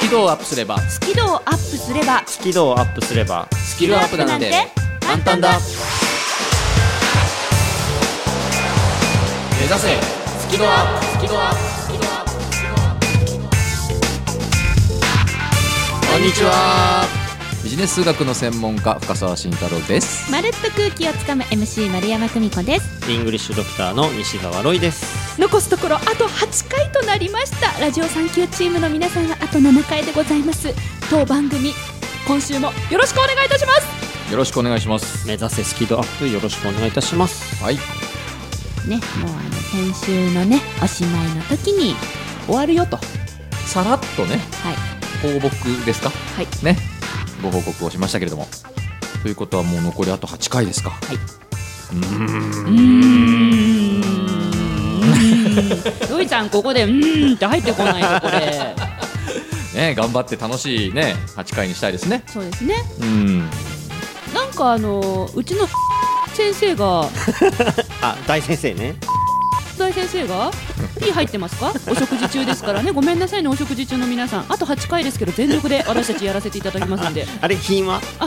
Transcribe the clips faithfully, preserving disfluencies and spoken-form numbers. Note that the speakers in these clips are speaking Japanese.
キ度をアップすればスキルをアップすればスキルをアップすればスキルアップなんて簡単だ。目指せスキルアップスキルアップスキルアップスキルアップ。こんにちは。ビジネス数学の専門家深澤慎太郎です。 まるっと空気をつかむ エムシー 丸山久美子です。 イングリッシュドクターの西澤ロイです。 残すところあとはちかいとなりました。ラジオサンキューチームの皆さんはあとななかいでございます。当番組今週もよろしくお願いいたします。 よろしくお願いします。 目指せスキルアップよろしくお願いいたします。 はいね、もうあの先週のねおしまいの時に終わるよとさらっとね、 はい報告ですか、 はいね、ご報告をしましたけれども、ということはもう残りあとはちかいですか。 はい、 うーんうーんロイさんここでうーんって入ってこないよこれね、頑張って楽しいねはちかいにしたいですね。 そうですね。 うんなんかあのうちの先生があ、大先生ね。 大先生が P 入ってますか？お食事中ですからね。ごめんなさいね、お食事中の皆さん。あとはちかいですけど全力で私たちやらせていただきますんであれ品はあ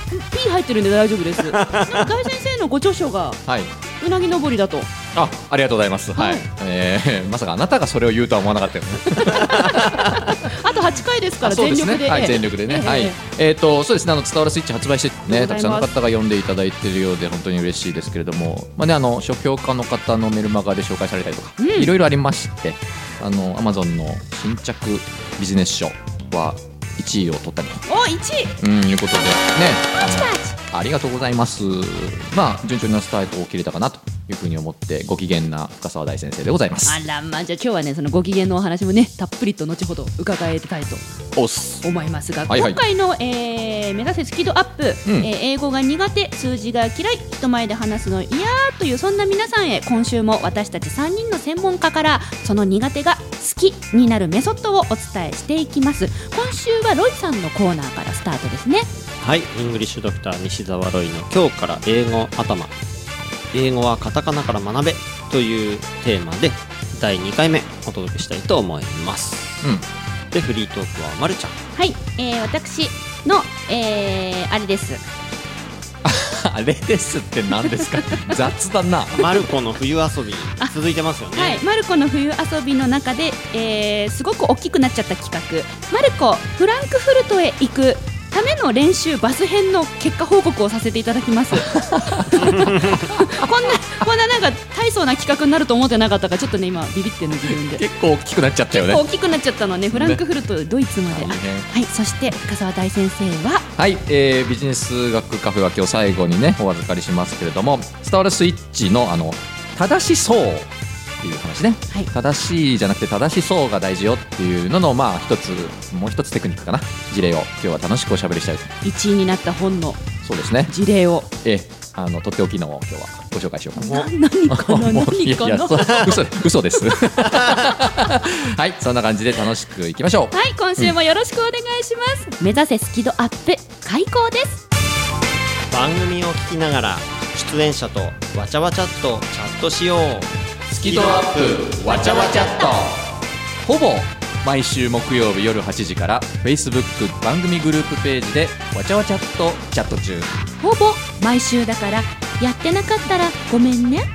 P 入ってるんで大丈夫です。なんか大先生のご著書がはい、 うなぎ登りだと。 あ、ありがとうございます。はい、 はい、 えー、まさかあなたがそれを言うとは思わなかったよねあとはちかいですから全力で、 ね、はい、全力でね、 ええはい、えーとそうですね、あの伝わるスイッチ発売してね、たくさんのありがとうございます方が読んでいただいているようで本当に嬉しいですけれども、まあね、あの書評家の方のメルマガで紹介されたりとか、 うん、 いろいろありまして、あの Amazon の新着ビジネス書はいちいを取ったりと、 おいちい、 うん、いうことでね、 パチパチ、 ありがとうございます。まあ順調なスタートを切れたかなというふうに思ってご機嫌な深澤大先生でございます。 あらまあ、じゃあ今日はねそのご機嫌のお話もねたっぷりと後ほど伺いたいとおっす思いますが、 はいはい、 今回の、えー、目指せスキルアップ、 うんえー、英語が苦手、数字が嫌い、人前で話すの嫌というそんな皆さんへ、今週も私たちさんにんの専門家からその苦手が好きになるメソッドをお伝えしていきます。今週はロイさんのコーナーからスタートですね。 はい、イングリッシュドクター西澤ロイの今日から英語頭、英語はカタカナから学べというテーマでだいにかいめお届けしたいと思います、 うん、 でフリートークはまるちゃん。 はい、えー、私の、えー、あれですあれですって何ですか雑だな。 マルコの冬遊び続いてますよね。 はい、マルコの冬遊びの中で、えー、すごく大きくなっちゃった企画、マルコフランクフルトへ行くための練習バス編の結果報告をさせていただきますこんなこんななんか大層な企画になると思ってなかったからちょっとね今ビビってるの自分で。 結構大きくなっちゃったよね。 結構大きくなっちゃったのね、フランクフルト、ね、ドイツまで、 大変。 はい、そして深澤大先生ははい、えー、ビジネス学カフェは今日最後にねお預かりしますけれども、伝わるスイッチのあの正しそうっていう話ね、 はい、 正しいじゃなくて正しそうが大事よっていうののまあ一つもう一つテクニックかな、事例を今日は楽しくおしゃべりしたいと。 いちいになった本のそうですね、 事例を、 えあのとっておきのを今日はご紹介しようかな。 な何かな何かないやいや嘘嘘ですはいそんな感じで楽しくいきましょう。 はい、今週もよろしくお願いします、うん、目指せスキドアップ開講です。 番組を聞きながら出演者とわちゃわちゃっとチャットしよう。 スキドアップわちゃわちゃっと、ほぼ毎週木曜日夜はちじから Facebook 番組グループページでわちゃわちゃっとチャット中。 ほぼ毎週だからやってなかったらごめんね。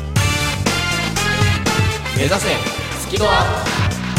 目指せスキドアップ。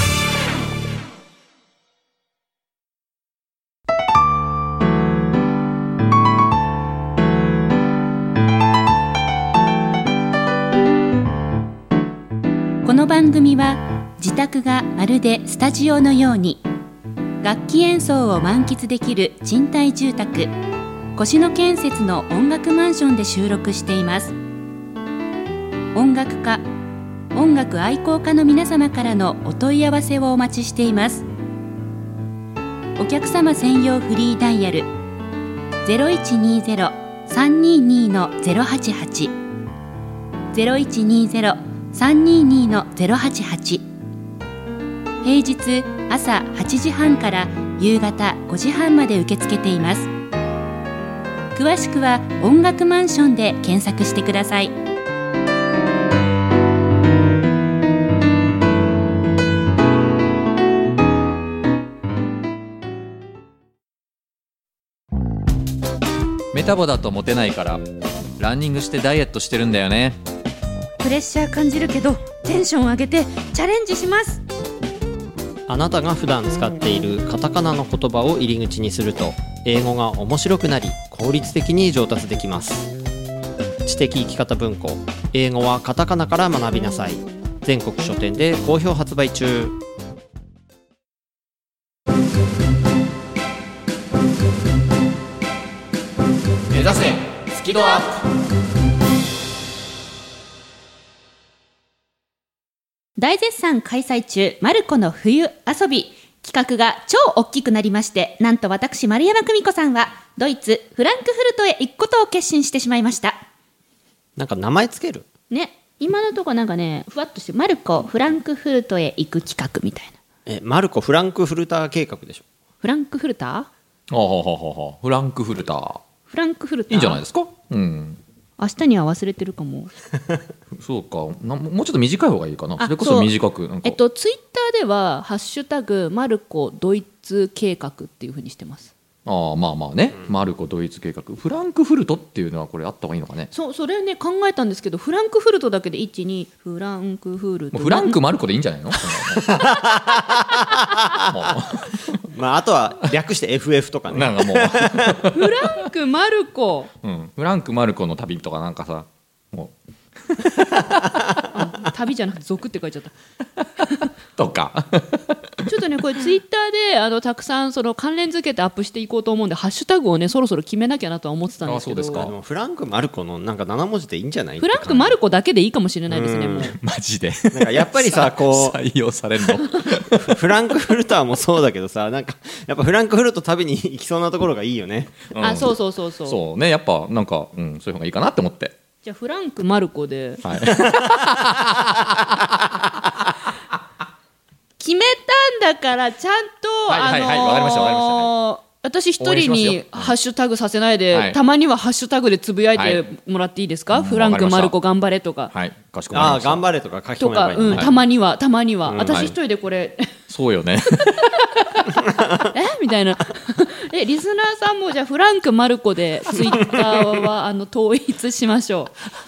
この番組は自宅がまるでスタジオのように楽器演奏を満喫できる賃貸住宅越野建設の音楽マンションで収録しています。音楽家、音楽愛好家の皆様からのお問い合わせをお待ちしています。お客様専用フリーダイヤル ゼロいちにーゼロ さんにーにー の ゼロはちはち ゼロいちにーゼロ さんにーにー の ゼロはちはち、平日朝はちじはんから夕方ごじはんまで受け付けています。詳しくは音楽マンションで検索してください。 メタボだとモテないからランニングしてダイエットしてるんだよね。 プレッシャー感じるけどテンション上げてチャレンジします。 あなたが普段使っているカタカナの言葉を入り口にすると英語が面白くなり効率的に上達できます。知的生き方文庫、英語はカタカナから学びなさい。全国書店で好評発売中。 目指せスキドアップ。 大絶賛開催中マルコの冬遊び企画が超大きくなりまして、なんと私丸山久美子さんはドイツフランクフルトへ行くことを決心してしまいました。 なんか名前つけるね、今のところなんかねふわっとしてマルコフランクフルトへ行く企画みたいな。 えマルコフランクフルター計画でしょ。 フランクフルターはあはあはあはあ、フランクフルターフランクフルターいいんじゃないですか。うん、 明日には忘れてるかもそうかな、もうちょっと短い方がいいかな。 あそれこそ短くなんか、 えっと、ツイッターではハッシュタグマルコドイツ計画っていう風にしてます。 ああまあまあね、うん、マルコドイツ計画フランクフルトっていうのはこれあった方がいいのかね。 そうそれね考えたんですけどフランクフルトだけでいちにフランクフルトフランクマルコでいいんじゃないのまああとは略して エフエフ とかねなんかもうフランクマルコ、 うん、フランクマルコの旅とかなんかさもう旅じゃなくて族って書いちゃったとかちょっとねこれツイッターであのたくさんその関連付けてアップしていこうと思うんでハッシュタグをねそろそろ決めなきゃなとは思ってたんですけど。 あ、そうですか。 でもフランクマルコのなんかなな文字でいいんじゃない。 フランクマルコだけでいいかもしれないですね。もうマジでなんかやっぱりさこう採用されるのフランクフルターもそうだけどさ、なんかやっぱフランクフルト食べに行きそうなところがいいよね、 うん、 あそうそうそうそうそうね、やっぱなんか、うん、そういう方がいいかなって思って。 じゃあフランクマルコで、 はい決めたんだからちゃんと、 はいはいはい、わかりましたわかりました、はい、 私一人にハッシュタグさせないで、 はい、 たまにはハッシュタグでつぶやいてもらっていいですか、はい、フランクマルコ頑張れとか、 はい、かしこまりました。 あ頑張れとか書き込めばいいの、 とか、うん、たまにはたまには、うん、私一人でこれ、 はい、そうよねえみたいなえリスナーさんもじゃあフランクマルコでツイッターはあの統一しましょう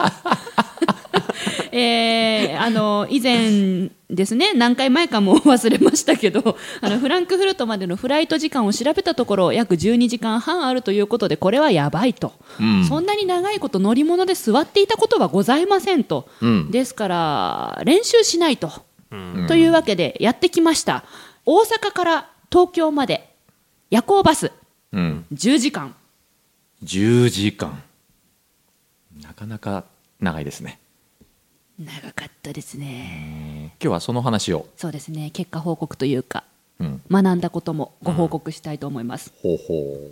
えー、あの以前ですね、何回前かも忘れましたけど、あのフランクフルトまでのフライト時間を調べたところ約じゅうにじかんはんあるということで、これはやばいと、うん、そんなに長いこと乗り物で座っていたことはございませんと、うん、ですから練習しないと、うん、というわけでやってきました。大阪から東京まで夜行バス、うん、じゅうじかんじゅうじかんなかなか長いですね。 長かったですね。 今日はその話を、 そうですね、結果報告というか、うん、学んだこともご報告したいと思います、 うん、ほうほう。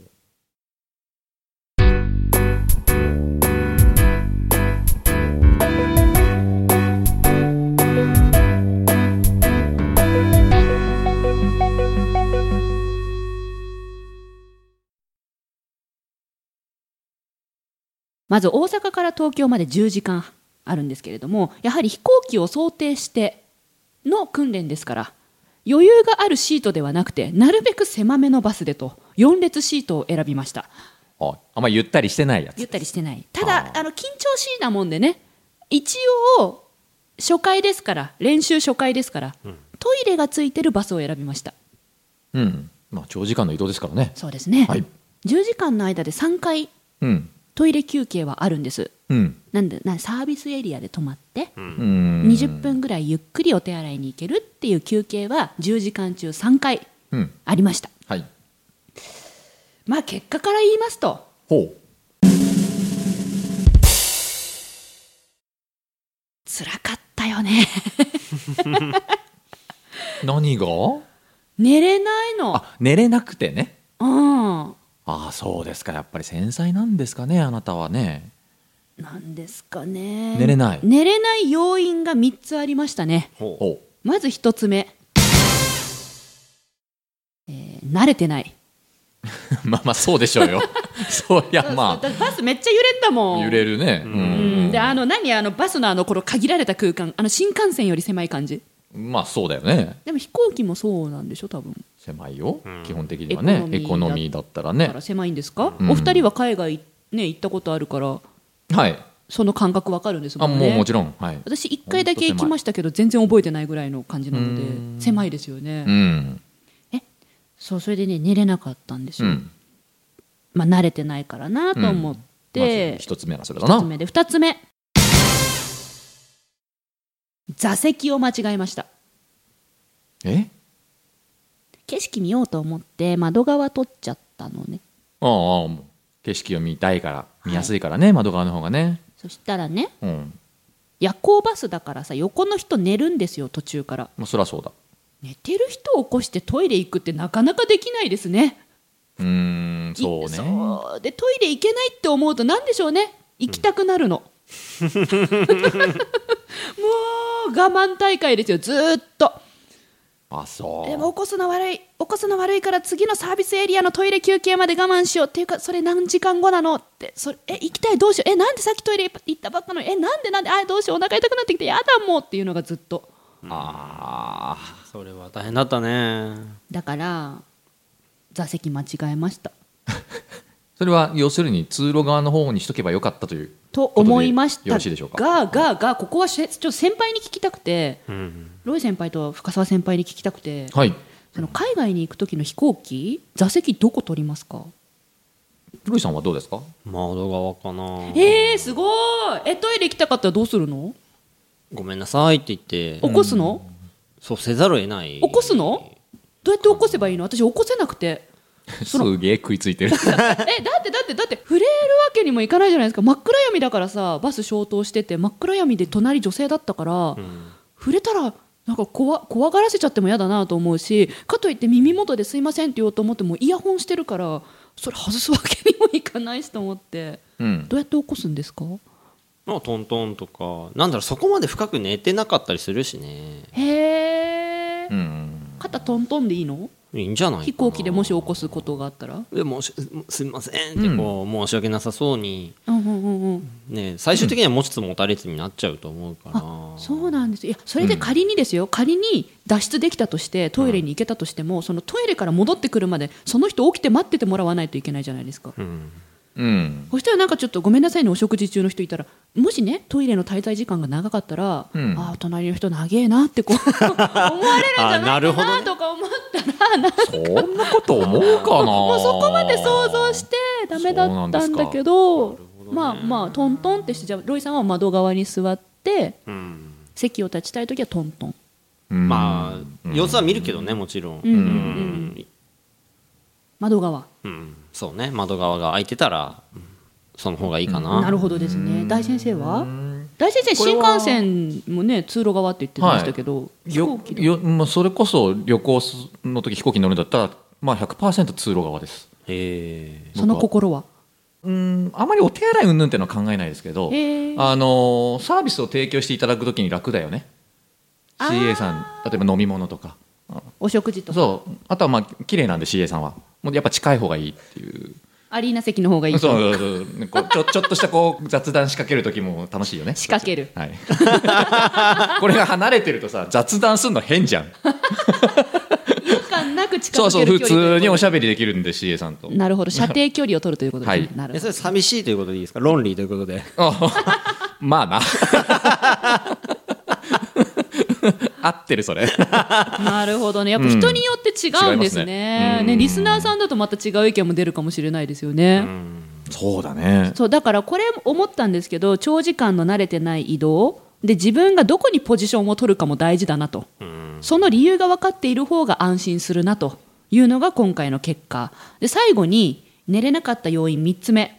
まず大阪から東京までじゅうじかんあるんですけれども、やはり飛行機を想定しての訓練ですから、余裕があるシートではなくてなるべく狭めのバスでとよん列シートを選びました。 ああんまゆったりしてないやつ。 ゆったりしてない。ただあの緊張しいなもんでね、一応初回ですから、練習初回ですから、うん、トイレがついてるバスを選びました。 うん、まあ長時間の移動ですからね。 そうですね、 はい、 じゅうじかんの間でさんかい、うん、トイレ休憩はあるんです、うん、なんでなサービスエリアで泊まって、うん、にじゅっぷんぐらいゆっくりお手洗いに行けるっていう休憩はじゅうじかん中さんかいありました、 うん、はい、 まあ結果から言いますと、 ほう、 辛かったよね何が？ 寝れないの。 あ、寝れなくてね。 うん。 ああ、そうですか。やっぱり繊細なんですかね、あなたはね。 なんですかね。 寝れない。 寝れない要因がみっつありましたね。 ほう。 まずひとつめ、えー、慣れてない。 まあまあそうでしょうよ。そういやまあ。 バスめっちゃ揺れんだもん。 揺れるね。 うん。であの何あのバスのあのこの限られた空間、あの新幹線より狭い感じ。 まあそうだよね。 でも飛行機もそうなんでしょ多分。 狭いよ、うん、基本的にはね。エコノミーだったらね。 だから狭いんですか、うん、お二人は海外ね行ったことあるからはいその感覚わかるんですもんね。 あもうもちろん、はい、 私いっかいだけ行きましたけど全然覚えてないぐらいの感じなので狭いですよね。 うんえそうそれでね寝れなかったんですよ、 うんまあ慣れてないからなと思って、 うんまず一つ目はそれだな。 一つ目で二つ目座席を間違えました。 え景色見ようと思って窓側取っちゃったのね。 ああもう景色を見たいから見やすいからね、はい、窓側の方がね。 そしたらね、 うん、 夜行バスだからさ横の人寝るんですよ途中から。 まあ、そりゃそうだ。 寝てる人を起こしてトイレ行くってなかなかできないですね。 うーんそうね。 そうでトイレ行けないって思うと何でしょうね行きたくなるの、うん、もう我慢大会ですよずーっと。 あそうでも起こすの悪い起こすの悪いから次のサービスエリアのトイレ休憩まで我慢しようっていうかそれ何時間後なのってそれえ行きたいどうしようえなんでさっきトイレ行ったばっかのえなんでなんであどうしようお腹痛くなってきてやだもうっていうのがずっと。 ああそれは大変だったね。 だから座席間違えましたそれは要するに通路側の方にしとけばよかったというと思いましたよろしいでしょうか。 がががここはちょっと先輩に聞きたくて、うん、ロイ先輩と深澤先輩に聞きたくて、 はい、 その海外に行く時の飛行機座席どこ取りますか。 ロイさんはどうですか。 窓側かな。 えー、すごいえトイレ行きたかったらどうするの。 ごめんなさいって言って起こすの、うん、 そうせざるを得ない。 起こすのどうやって起こせばいいの。私起こせなくてすげえ食いついてるえだってだってだって触れるわけにもいかないじゃないですか。真っ暗闇だからさバス消灯してて真っ暗闇で隣女性だったから、うん、触れたらなんか怖、怖がらせちゃっても嫌だなと思うしかといって耳元ですいませんって言おうと思ってもイヤホンしてるからそれ外すわけにもいかないしと思って、うん、どうやって起こすんですか。 まあ、トントンとかなんだろうそこまで深く寝てなかったりするしね。 へー、 うん、 肩トントンでいいの。 いいんじゃないかな。 飛行機でもし起こすことがあったらでもすみませんってこう、うん、申し訳なさそうに、 うんうんうんうんね、最終的には持ちつ持たれつになっちゃうと思うから、うん、 あそうなんです。いやそれで仮にですよ、うん、仮に脱出できたとしてトイレに行けたとしても、うん、そのトイレから戻ってくるまでその人起きて待っててもらわないといけないじゃないですか、うんうん、そしたらなんかちょっとごめんなさいねお食事中の人いたらもしねトイレの滞在時間が長かったら、うん、あ隣の人長えなってこう思われるんじゃないかなとか思ったらなんかそんなこと思うかなもうそこまで想像してダメだったんだけど、ね、まあまあトントンってしてじゃあロイさんは窓側に座って、うん、席を立ちたいときはトントン、 うん、まあ様子は見るけどねもちろん、うんうんうん、 窓側、 うん、そうね窓側が空いてたらその方がいいかな、 うん、なるほどですね。大先生は大先生新幹線もね通路側って言ってましたけど、はい、飛行機よよそれこそ旅行の時飛行機に乗るんだったら、まあ、ひゃくパーセント 通路側です。 へーその心はうんあまりお手洗い云々っていうのは考えないですけどあのサービスを提供していただく時に楽だよね。 シーエー さん例えば飲み物とかお食事とかそうあとはまあ綺麗なんで シーエー さんはもうやっぱ近い方がいいっていうアリーナ席の方がいいそうそうそうこうちょ、ちょっとしたこう雑談仕掛ける時も楽しいよね。 仕掛ける、 はい、これが離れてるとさ雑談するの変じゃん違和感なく近づそうそうける距離普通におしゃべりできるんで シーエー さんと。 なるほど射程距離を取るということですね、はい、なるほど。 それ寂しいということでいいですか。ロンリーということでまあな合ってるそれなるほどね。やっぱ人によって違うんですね、うん、ねリスナーさんだとまた違う意見も出るかもしれないですよね、うん、 そうだね。 そうだからこれ思ったんですけど長時間の慣れてない移動で自分がどこにポジションを取るかも大事だなと、うん、その理由が分かっている方が安心するなというのが今回の結果で最後に寝れなかった要因みっつめ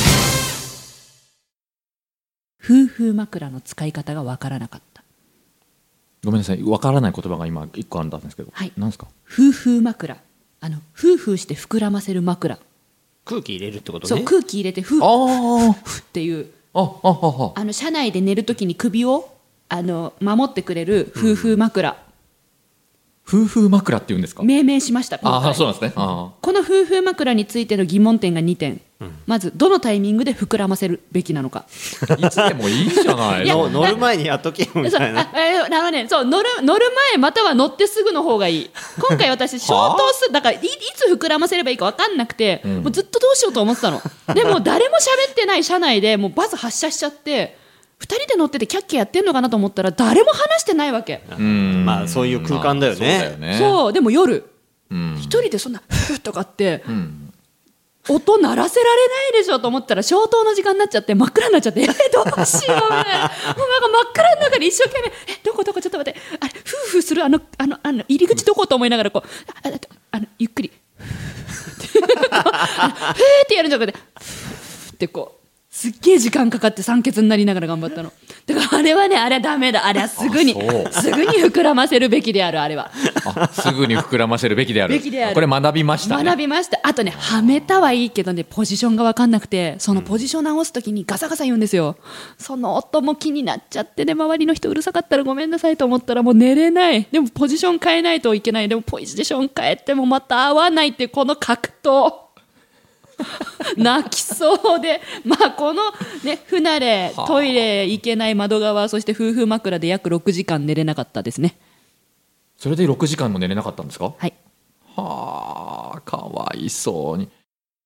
夫婦枕の使い方が分からなかった。 ごめんなさい分からない言葉が今いっこあるんですけど、はい、何ですか。 夫婦枕あの夫婦して膨らませる枕。 空気入れるってことね。 そう空気入れてふっっていうああああの車内で寝るときに首をあの守ってくれる夫婦枕、 うん、夫婦枕って言うんですか。 命名しました今回。 あそうなんですね。あこの夫婦枕についての疑問点がにてん、うん、まずどのタイミングで膨らませるべきなのかいつでもいいじゃないの乗る前にやっとけよみたいなそうああの、ね、そう乗る乗る前または乗ってすぐの方がいい今回私消灯するだから い, いつ膨らませればいいか分かんなくて、うん、もうずっとどうしようと思ってたの。でも誰も喋ってない車内でもうバス発車しちゃってふたりで乗っててキャッキャやってんのかなと思ったら誰も話してないわけ。 うん、まあそういう空間だよね。 そうだよね。そうでも夜一人でそんなフッとかって、うん、音鳴らせられないでしょと思ったら消灯の時間になっちゃって真っ暗になっちゃってえどうしようみたいなもうなんか真っ暗の中で一生懸命えどこどこちょっと待ってあれフーフーするあのあのあの入り口どこと思いながらこうあああのゆっくりふーってやるんじゃなくてふーってこうすっげえ時間かかって酸欠になりながら頑張ったの。だからあれはねあれはダメだあれはすぐにすぐに膨らませるべきであるあれはあすぐに膨らませるべきであるべきである。これ学びましたね。 学びました。あとねはめたはいいけどねポジションが分かんなくてそのポジション直すときにガサガサ言うんですよ。その音も気になっちゃってね周りの人うるさかったらごめんなさいと思ったらもう寝れない。でもポジション変えないといけない。でもポジション変えてもまた合わないってこの格闘泣きそうで、まあ、この、ね、不慣れトイレ行けない窓側そして夫婦枕で約ろくじかん寝れなかったですね。 それでろくじかんも寝れなかったんですか。 はい。 はあかわいそうに。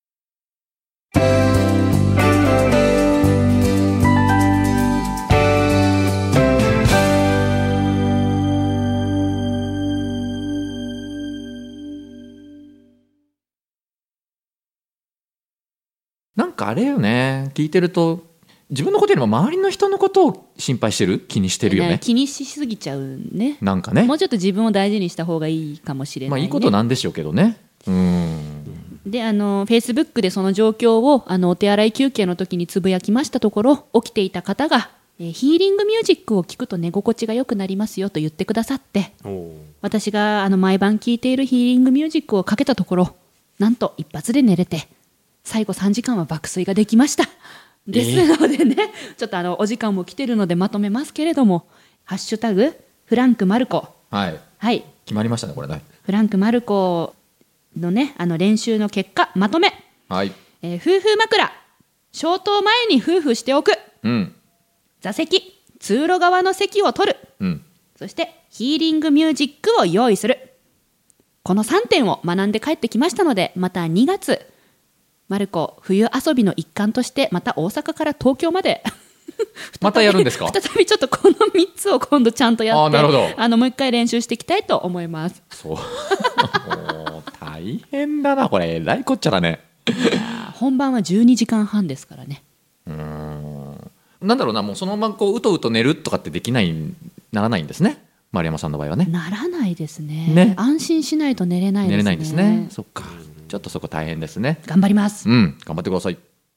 なんかあれよね聞いてると自分のことよりも周りの人のことを心配してる気にしてるよね。 気にしすぎちゃうね。 なんかねもうちょっと自分を大事にした方がいいかもしれない、ね、 まあいいことなんでしょうけどね。うんであのフェイスブックでその状況をあのお手洗い休憩の時につぶやきましたところ起きていた方がえー、ヒーリングミュージックを聴くと寝心地が良くなりますよと言ってくださって私があの毎晩聴いているヒーリングミュージックをかけたところなんと一発で寝れて最後さんじかんは爆睡ができました。ですのでね、えー、ちょっとあのお時間も来てるのでまとめますけれどもハッシュタグフランクマルコ、 はい、はい、決まりましたねこれね。 フランクマルコのねあの練習の結果まとめ、 はいえー、夫婦枕消灯前に夫婦しておく、 うん、 座席通路側の席を取る、 うん、 そしてヒーリングミュージックを用意するこのさんてんを学んで帰ってきましたのでまたにがつマルコ冬遊びの一環としてまた大阪から東京までまたやるんですか。 再びちょっとこのみっつを今度ちゃんとやってあなるほどあのもう一回練習していきたいと思います。 そうもう大変だなこれえらいこっちゃだね本番はじゅうにじかんはんですからね。 うーんなんだろうなもうそのままこううとうと寝るとかってできないならないんですね丸山さんの場合はね。 ならないです ね, ね安心しないと寝れないですね。 寝れないんですね。そっかちょっとそこ大変ですね。 頑張ります。 うん頑張ってください。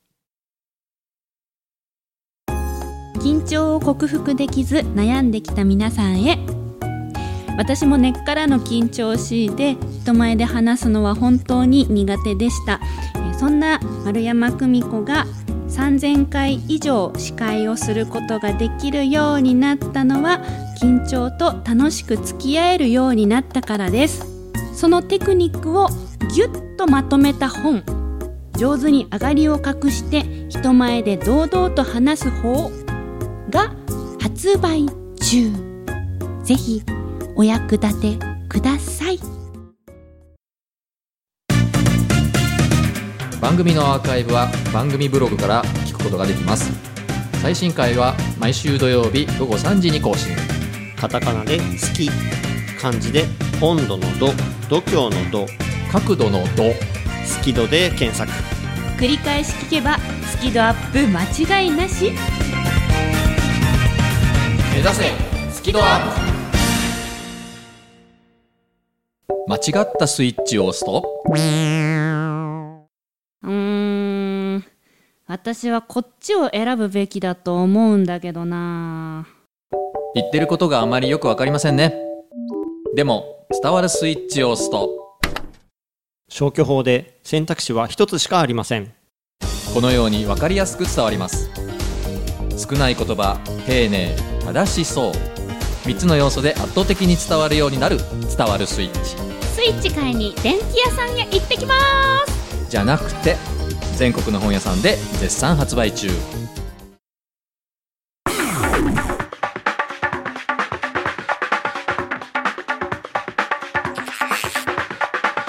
緊張を克服できず悩んできた皆さんへ私も根っからの緊張しいで人前で話すのは本当に苦手でした。そんな丸山久美子がさんぜんかい以上司会をすることができるようになったのは緊張と楽しく付き合えるようになったからです。そのテクニックをぎゅっとまとめた本上手に上がりを隠して人前で堂々と話す方が発売中。ぜひお役立てください。 番組のアーカイブは番組ブログから聞くことができます。最新回は毎週土曜日午後さんじに更新。 カタカナで好き、漢字で温度の度、度胸の度、 角度の度、 スキドで検索。 繰り返し聞けばスキドアップ間違いなし。 目指せスキドアップ。間違ったスイッチを押すとうーん私はこっちを選ぶべきだと思うんだけどな。 言ってることがあまりよくわかりませんね。でも伝わるスイッチを押すと消去法で選択肢は一つしかありません。 このようにわかりやすく伝わります。少ない言葉、丁寧、正しそう、みっつの要素で圧倒的に伝わるようになる伝わるスイッチ。 スイッチ買いに電気屋さんへ行ってきますじゃなくて全国の本屋さんで絶賛発売中。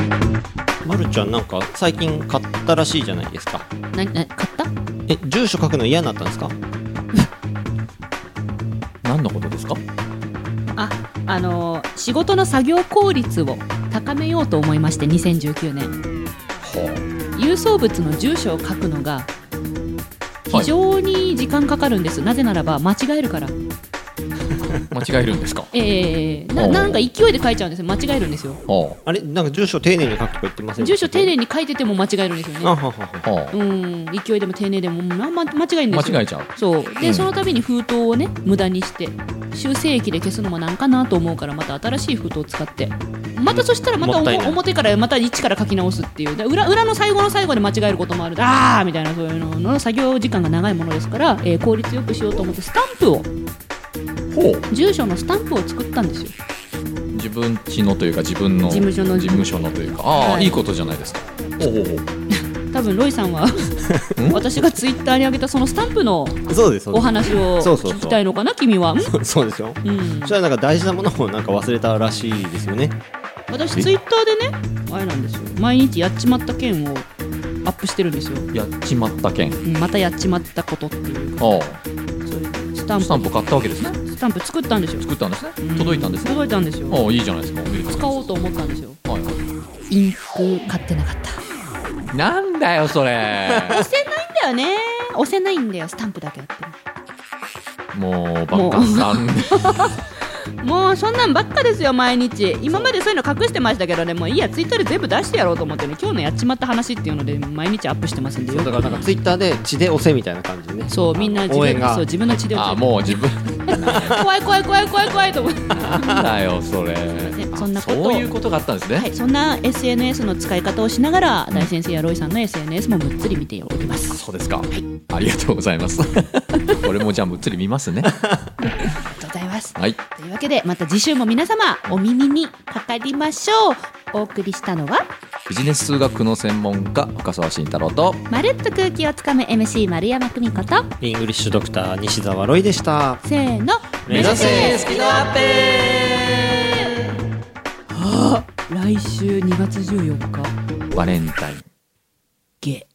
まるちゃんなんか最近買ったらしいじゃないですか。 なな買ったえ、住所書くの嫌になったんですか？ 何のことですか？ あ、あのー仕事の作業効率を高めようと思いまして、にせんじゅうきゅうねんは郵送物の住所を書くのがあ、 非常に時間かかるんです、なぜならば間違えるから。 間違えるんですか？ えー、なおうなんか勢いで書いちゃうんですよ、間違えるんですよ。 はあれ、なんか住所丁寧に書くとか言ってませんで住したっけ？ 所丁寧に書いてても間違えるんですよね。 あははは。 あ、はうん勢いでも丁寧でもまま間違えるんですよ。 間違えちゃう。 そうで、 うんその度に封筒をね無駄にして修正液で消すのもなんかなと思うから、また新しい封筒を使ってまたそしたらまたもったいない表からまた一から書き直すっていう、で 裏, 裏の最後の最後で間違えることもある、あーみたいな、そういうのの作業時間が長いものですから、えー効率よくしようと思ってスタンプをほう。 住所のスタンプを作ったんですよ。 自分家のというか自分の事務所の事務所のというか、ああ、 はいいいことじゃないですか。ほうほうほう。 多分ロイさんは私がツイッターに上げたそのスタンプのそうです、そうおです。 話をそうそうそう聞きたいのかな、君は。んそうそうですよ。 うんそしたらなんか大事なものをなんか忘れたらしいですよね。 私ツイッターでね、あれなんですよ、毎日やっちまった件をアップしてるんですよ。 やっちまった件。 うんまたやっちまったことっていうか、 ああ、 そういうスタンプスタンプ買ったわけですね。 スタンプ作ったんですよ。 作ったんですね。 うん届いたんですね。 届いたんですよ。 ああ、いいじゃないですか。おめでとうございま使おうと思ったんですよ。 す。はいはインク買ってなかった。 い。なんだよそれ。 押せないんだよね。押せないんだよ、スタンプだけあっても。 もうバカさん。 もうそんなんばっかですよ、毎日。今までそういうの隠してましたけどね、もういいや、ツイッターで全部出してやろうと思ってね、今日のやっちまった話っていうので毎日アップしてますんでよ。 そうだからなんかツイッターで血で押せみたいな感じでね。 そうみんな自分応援がそう自分の血でああ、 落ちもう自分。 る怖い怖い怖い怖い怖いと思って、 なんだよそれ。 ねそんなことをそういうことがあったんですね。 はい、そんな エスエヌエス の使い方をしながら、大先生やロイさんの エスエヌエス もむっつり見ておりまあ、 す。 そうですか。ありがとうございます。俺もじゃあむっつり見ますね。 ありがとうございます。 はい。 というわけで、また次週も皆様お耳にかかりましょう。お送りしたのはビジネス数学の専門家深澤慎太郎と。 まるっと空気をつかむ エムシー 丸山久美子と、 イングリッシュドクター西澤ロイでした。 せーの、 目指せスキドアップ。 来週にがつじゅうよっかバレンタイン。 ゲ